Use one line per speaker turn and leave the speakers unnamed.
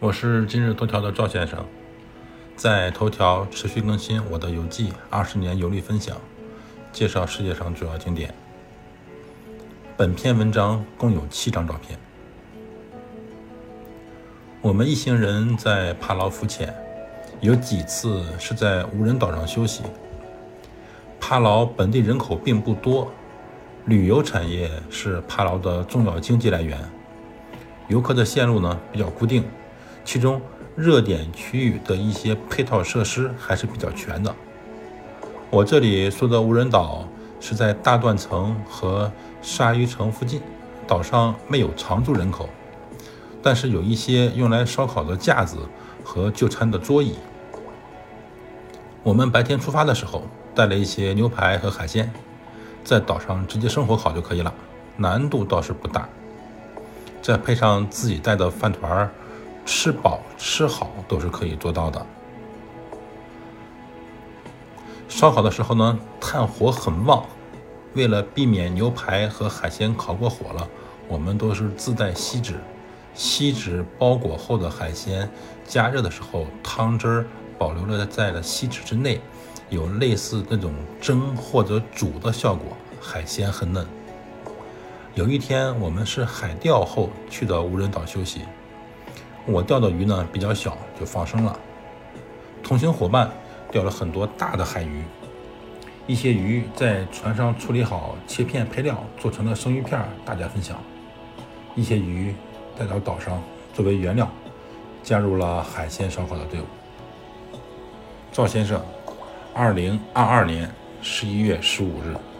我是今日头条的赵先生，在头条持续更新我的游记20年游历分享，介绍世界上主要景点。本篇文章共有7张照片。我们一行人在帕劳浮潜，有几次是在无人岛上休息。帕劳本地人口并不多，旅游产业是帕劳的重要经济来源。游客的线路呢比较固定，其中热点区域的一些配套设施还是比较全的。我这里说的无人岛是在大断层和鲨鱼城附近，岛上没有常住人口，但是有一些用来烧烤的架子和就餐的桌椅。我们白天出发的时候带了一些牛排和海鲜，在岛上直接生火烤就可以了，难度倒是不大。再配上自己带的饭团，吃饱吃好都是可以做到的。烧烤的时候呢，炭火很旺，为了避免牛排和海鲜烤过火了，我们都是自带锡纸。锡纸包裹后的海鲜加热的时候，汤汁保留了在了锡纸之内，有类似那种蒸或者煮的效果，海鲜很嫩。有一天我们是海钓后去的无人岛休息，我钓的鱼呢比较小，就放生了。同行伙伴钓了很多大的海鱼，一些鱼在船上处理好，切片配料做成了生鱼片，大家分享。一些鱼带到岛上作为原料，加入了海鲜烧烤的队伍。赵先生，2022年11月15日。